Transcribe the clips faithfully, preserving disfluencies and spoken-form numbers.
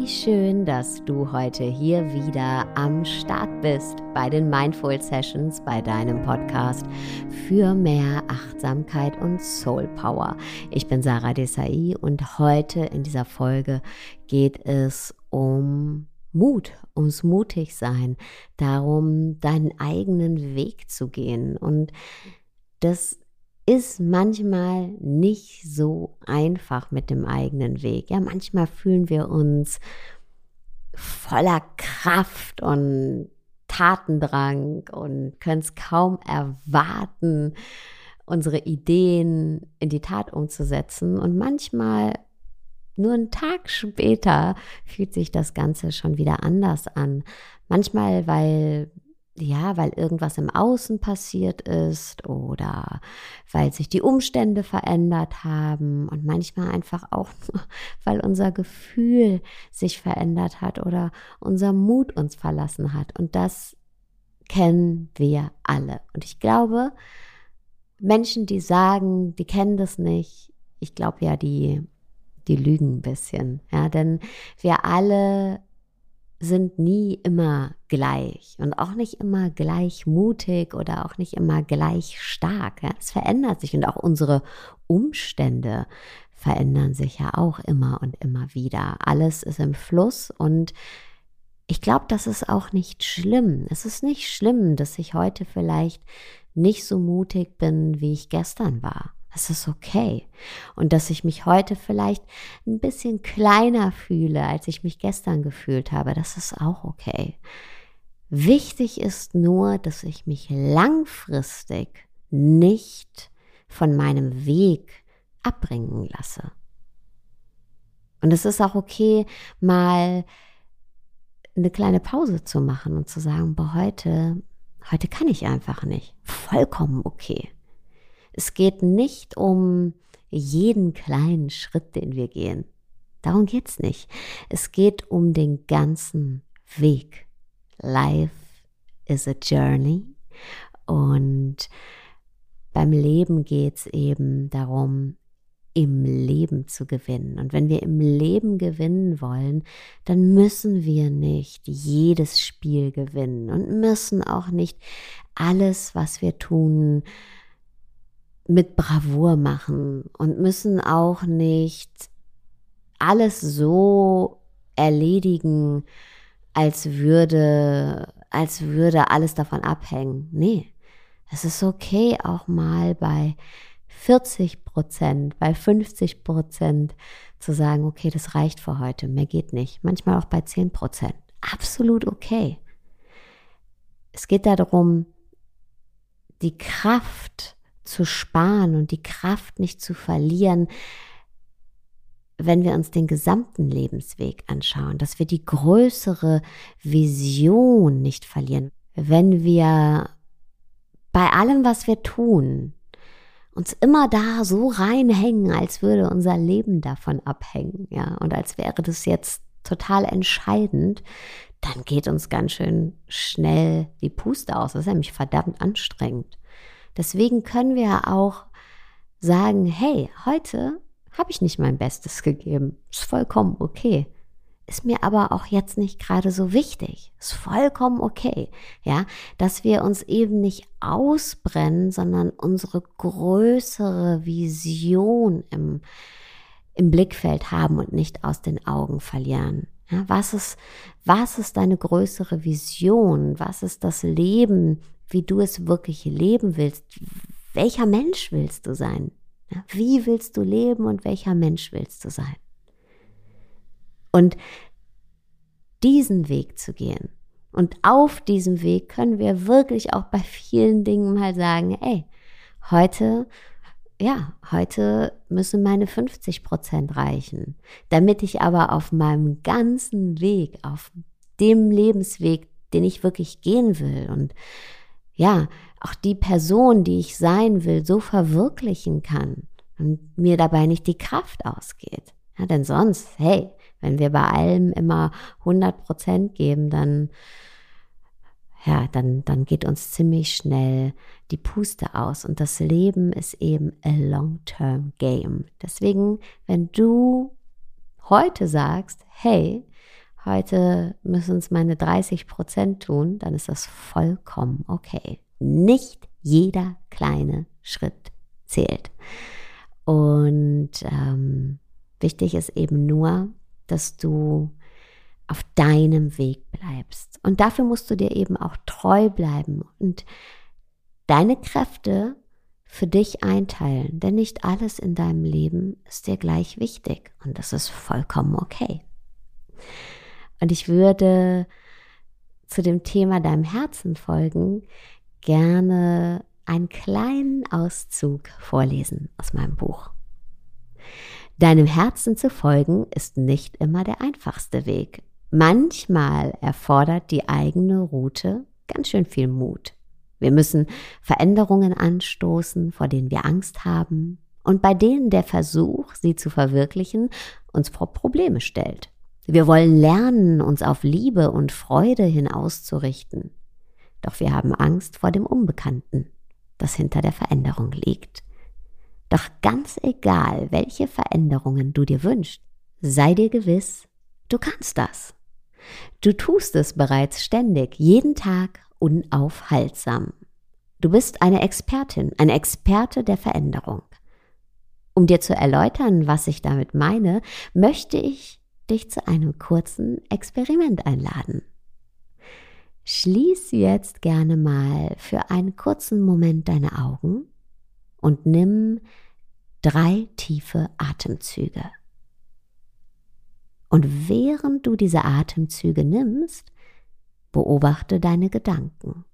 Wie schön, dass du heute hier wieder am Start bist bei den Mindful Sessions, bei deinem Podcast für mehr Achtsamkeit und Soul Power. Ich bin Sarah Desai und heute in dieser Folge geht es um Mut, ums Mutigsein, darum, deinen eigenen Weg zu gehen. Und das ist manchmal nicht so einfach mit dem eigenen Weg. Ja, manchmal fühlen wir uns voller Kraft und Tatendrang und können es kaum erwarten, unsere Ideen in die Tat umzusetzen. Und manchmal, nur einen Tag später, fühlt sich das Ganze schon wieder anders an. Manchmal, weil Ja, weil irgendwas im Außen passiert ist oder weil sich die Umstände verändert haben und manchmal einfach auch, weil unser Gefühl sich verändert hat oder unser Mut uns verlassen hat. Und das kennen wir alle. Und ich glaube, Menschen, die sagen, die kennen das nicht, ich glaube ja, die, die lügen ein bisschen. Ja, denn wir alle sind nie immer gleich und auch nicht immer gleich mutig oder auch nicht immer gleich stark. Ja? Es verändert sich und auch unsere Umstände verändern sich ja auch immer und immer wieder. Alles ist im Fluss und ich glaube, das ist auch nicht schlimm. Es ist nicht schlimm, dass ich heute vielleicht nicht so mutig bin, wie ich gestern war. Es ist okay. Und dass ich mich heute vielleicht ein bisschen kleiner fühle, als ich mich gestern gefühlt habe, das ist auch okay. Wichtig ist nur, dass ich mich langfristig nicht von meinem Weg abbringen lasse. Und es ist auch okay, mal eine kleine Pause zu machen und zu sagen, boah, heute, heute kann ich einfach nicht. Vollkommen okay. Es geht nicht um jeden kleinen Schritt, den wir gehen. Darum geht's nicht. Es geht um den ganzen Weg. Life is a journey. Und beim Leben geht's eben darum, im Leben zu gewinnen. Und wenn wir im Leben gewinnen wollen, dann müssen wir nicht jedes Spiel gewinnen und müssen auch nicht alles, was wir tun, mit Bravour machen und müssen auch nicht alles so erledigen, als würde, als würde alles davon abhängen. Nee, es ist okay, auch mal bei vierzig Prozent, bei fünfzig Prozent zu sagen, okay, das reicht für heute, mehr geht nicht. Manchmal auch bei zehn Prozent. Absolut okay. Es geht darum, die Kraft zu sparen und die Kraft nicht zu verlieren, wenn wir uns den gesamten Lebensweg anschauen, dass wir die größere Vision nicht verlieren, wenn wir bei allem, was wir tun, uns immer da so reinhängen, als würde unser Leben davon abhängen, ja, und als wäre das jetzt total entscheidend, dann geht uns ganz schön schnell die Puste aus. Das ist nämlich verdammt anstrengend. Deswegen können wir auch sagen, hey, heute habe ich nicht mein Bestes gegeben. Ist vollkommen okay. Ist mir aber auch jetzt nicht gerade so wichtig. Ist vollkommen okay. Ja, dass wir uns eben nicht ausbrennen, sondern unsere größere Vision im, im Blickfeld haben und nicht aus den Augen verlieren. Ja, was ist, was ist deine größere Vision? Was ist das Leben, wie du es wirklich leben willst? Welcher Mensch willst du sein? Ja, wie willst du leben und welcher Mensch willst du sein? Und diesen Weg zu gehen. Und auf diesem Weg können wir wirklich auch bei vielen Dingen mal sagen, ey, heute, ja, heute müssen meine fünfzig Prozent reichen. Damit ich aber auf meinem ganzen Weg, auf dem Lebensweg, den ich wirklich gehen will und ja, auch die Person, die ich sein will, so verwirklichen kann und mir dabei nicht die Kraft ausgeht. Ja, denn sonst, hey, wenn wir bei allem immer hundert Prozent geben, dann, ja, dann, dann geht uns ziemlich schnell die Puste aus. Und das Leben ist eben a long-term game. Deswegen, wenn du heute sagst, hey, heute müssen es meine dreißig Prozent tun, dann ist das vollkommen okay. Nicht jeder kleine Schritt zählt. Und ähm, wichtig ist eben nur, dass du auf deinem Weg bleibst. Und dafür musst du dir eben auch treu bleiben und deine Kräfte für dich einteilen. Denn nicht alles in deinem Leben ist dir gleich wichtig. Und das ist vollkommen okay. Und ich würde zu dem Thema deinem Herzen folgen gerne einen kleinen Auszug vorlesen aus meinem Buch. Deinem Herzen zu folgen ist nicht immer der einfachste Weg. Manchmal erfordert die eigene Route ganz schön viel Mut. Wir müssen Veränderungen anstoßen, vor denen wir Angst haben und bei denen der Versuch, sie zu verwirklichen, uns vor Probleme stellt. Wir wollen lernen, uns auf Liebe und Freude hin auszurichten. Doch wir haben Angst vor dem Unbekannten, das hinter der Veränderung liegt. Doch ganz egal, welche Veränderungen du dir wünschst, sei dir gewiss, du kannst das. Du tust es bereits ständig, jeden Tag unaufhaltsam. Du bist eine Expertin, ein Experte der Veränderung. Um dir zu erläutern, was ich damit meine, möchte ich dich zu einem kurzen Experiment einladen. Schließ jetzt gerne mal für einen kurzen Moment deine Augen und nimm drei tiefe Atemzüge. Und während du diese Atemzüge nimmst, beobachte deine Gedanken.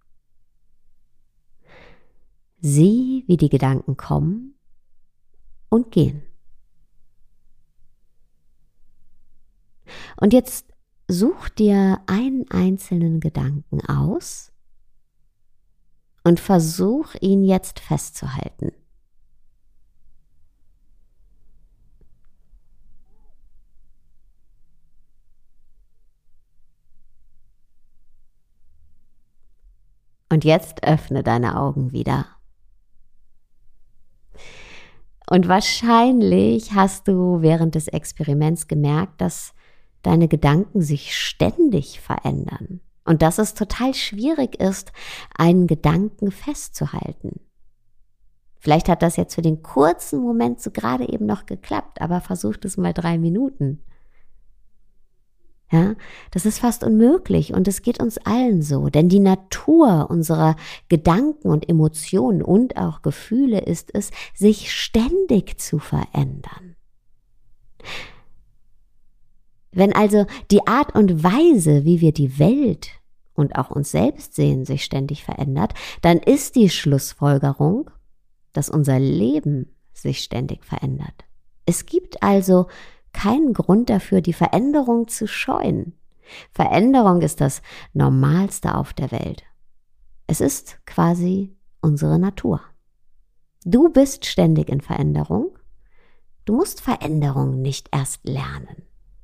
Sieh, wie die Gedanken kommen und gehen. Und jetzt such dir einen einzelnen Gedanken aus und versuch, ihn jetzt festzuhalten. Und jetzt öffne deine Augen wieder. Und wahrscheinlich hast du während des Experiments gemerkt, dass deine Gedanken sich ständig verändern und dass es total schwierig ist, einen Gedanken festzuhalten. Vielleicht hat das jetzt für den kurzen Moment so gerade eben noch geklappt, aber versucht es mal drei Minuten. Ja, das ist fast unmöglich und es geht uns allen so, denn die Natur unserer Gedanken und Emotionen und auch Gefühle ist es, sich ständig zu verändern. Wenn also die Art und Weise, wie wir die Welt und auch uns selbst sehen, sich ständig verändert, dann ist die Schlussfolgerung, dass unser Leben sich ständig verändert. Es gibt also keinen Grund dafür, die Veränderung zu scheuen. Veränderung ist das Normalste auf der Welt. Es ist quasi unsere Natur. Du bist ständig in Veränderung. Du musst Veränderung nicht erst lernen.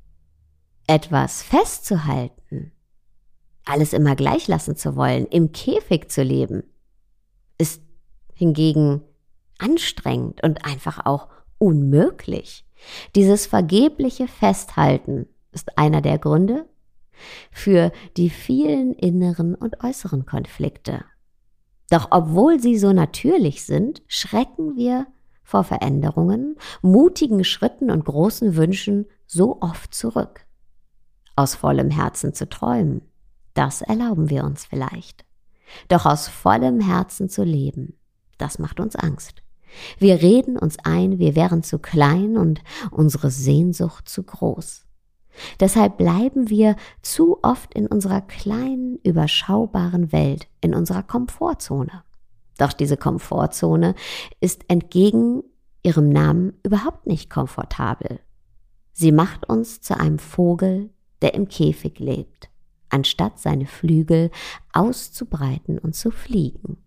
Etwas festzuhalten, alles immer gleich lassen zu wollen, im Käfig zu leben, ist hingegen anstrengend und einfach auch unmöglich. Dieses vergebliche Festhalten ist einer der Gründe für die vielen inneren und äußeren Konflikte. Doch obwohl sie so natürlich sind, schrecken wir vor Veränderungen, mutigen Schritten und großen Wünschen so oft zurück. Aus vollem Herzen zu träumen, das erlauben wir uns vielleicht. Doch aus vollem Herzen zu leben, das macht uns Angst. Wir reden uns ein, wir wären zu klein und unsere Sehnsucht zu groß. Deshalb bleiben wir zu oft in unserer kleinen, überschaubaren Welt, in unserer Komfortzone. Doch diese Komfortzone ist entgegen ihrem Namen überhaupt nicht komfortabel. Sie macht uns zu einem Vogel, der im Käfig lebt, anstatt seine Flügel auszubreiten und zu fliegen.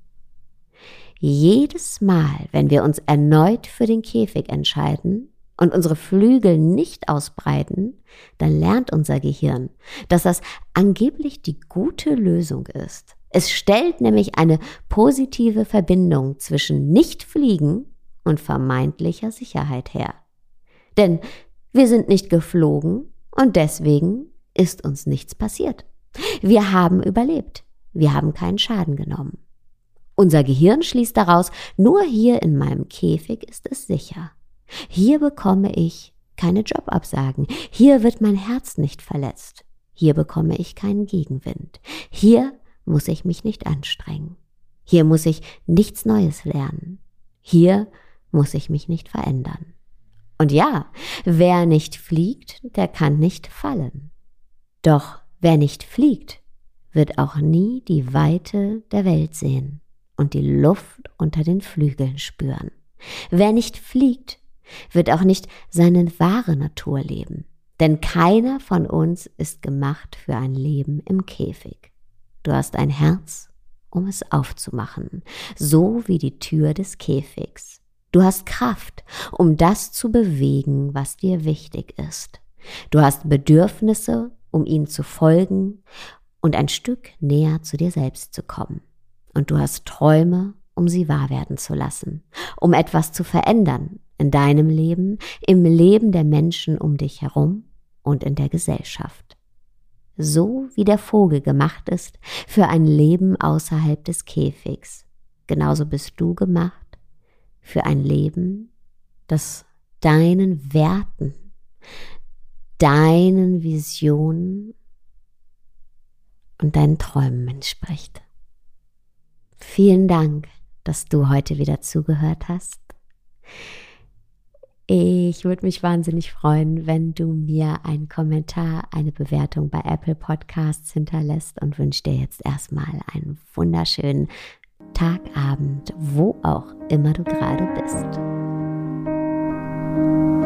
Jedes Mal, wenn wir uns erneut für den Käfig entscheiden und unsere Flügel nicht ausbreiten, dann lernt unser Gehirn, dass das angeblich die gute Lösung ist. Es stellt nämlich eine positive Verbindung zwischen Nichtfliegen und vermeintlicher Sicherheit her. Denn wir sind nicht geflogen und deswegen ist uns nichts passiert. Wir haben überlebt. Wir haben keinen Schaden genommen. Unser Gehirn schließt daraus, nur hier in meinem Käfig ist es sicher. Hier bekomme ich keine Jobabsagen. Hier wird mein Herz nicht verletzt. Hier bekomme ich keinen Gegenwind. Hier muss ich mich nicht anstrengen. Hier muss ich nichts Neues lernen. Hier muss ich mich nicht verändern. Und ja, wer nicht fliegt, der kann nicht fallen. Doch wer nicht fliegt, wird auch nie die Weite der Welt sehen und die Luft unter den Flügeln spüren. Wer nicht fliegt, wird auch nicht seine wahre Natur leben. Denn keiner von uns ist gemacht für ein Leben im Käfig. Du hast ein Herz, um es aufzumachen, so wie die Tür des Käfigs. Du hast Kraft, um das zu bewegen, was dir wichtig ist. Du hast Bedürfnisse, um ihnen zu folgen und ein Stück näher zu dir selbst zu kommen. Und du hast Träume, um sie wahr werden zu lassen, um etwas zu verändern in deinem Leben, im Leben der Menschen um dich herum und in der Gesellschaft. So wie der Vogel gemacht ist für ein Leben außerhalb des Käfigs, genauso bist du gemacht für ein Leben, das deinen Werten, deinen Visionen und deinen Träumen entspricht. Vielen Dank, dass du heute wieder zugehört hast. Ich würde mich wahnsinnig freuen, wenn du mir einen Kommentar, eine Bewertung bei Apple Podcasts hinterlässt und wünsche dir jetzt erstmal einen wunderschönen Tag, Abend, wo auch immer du gerade bist.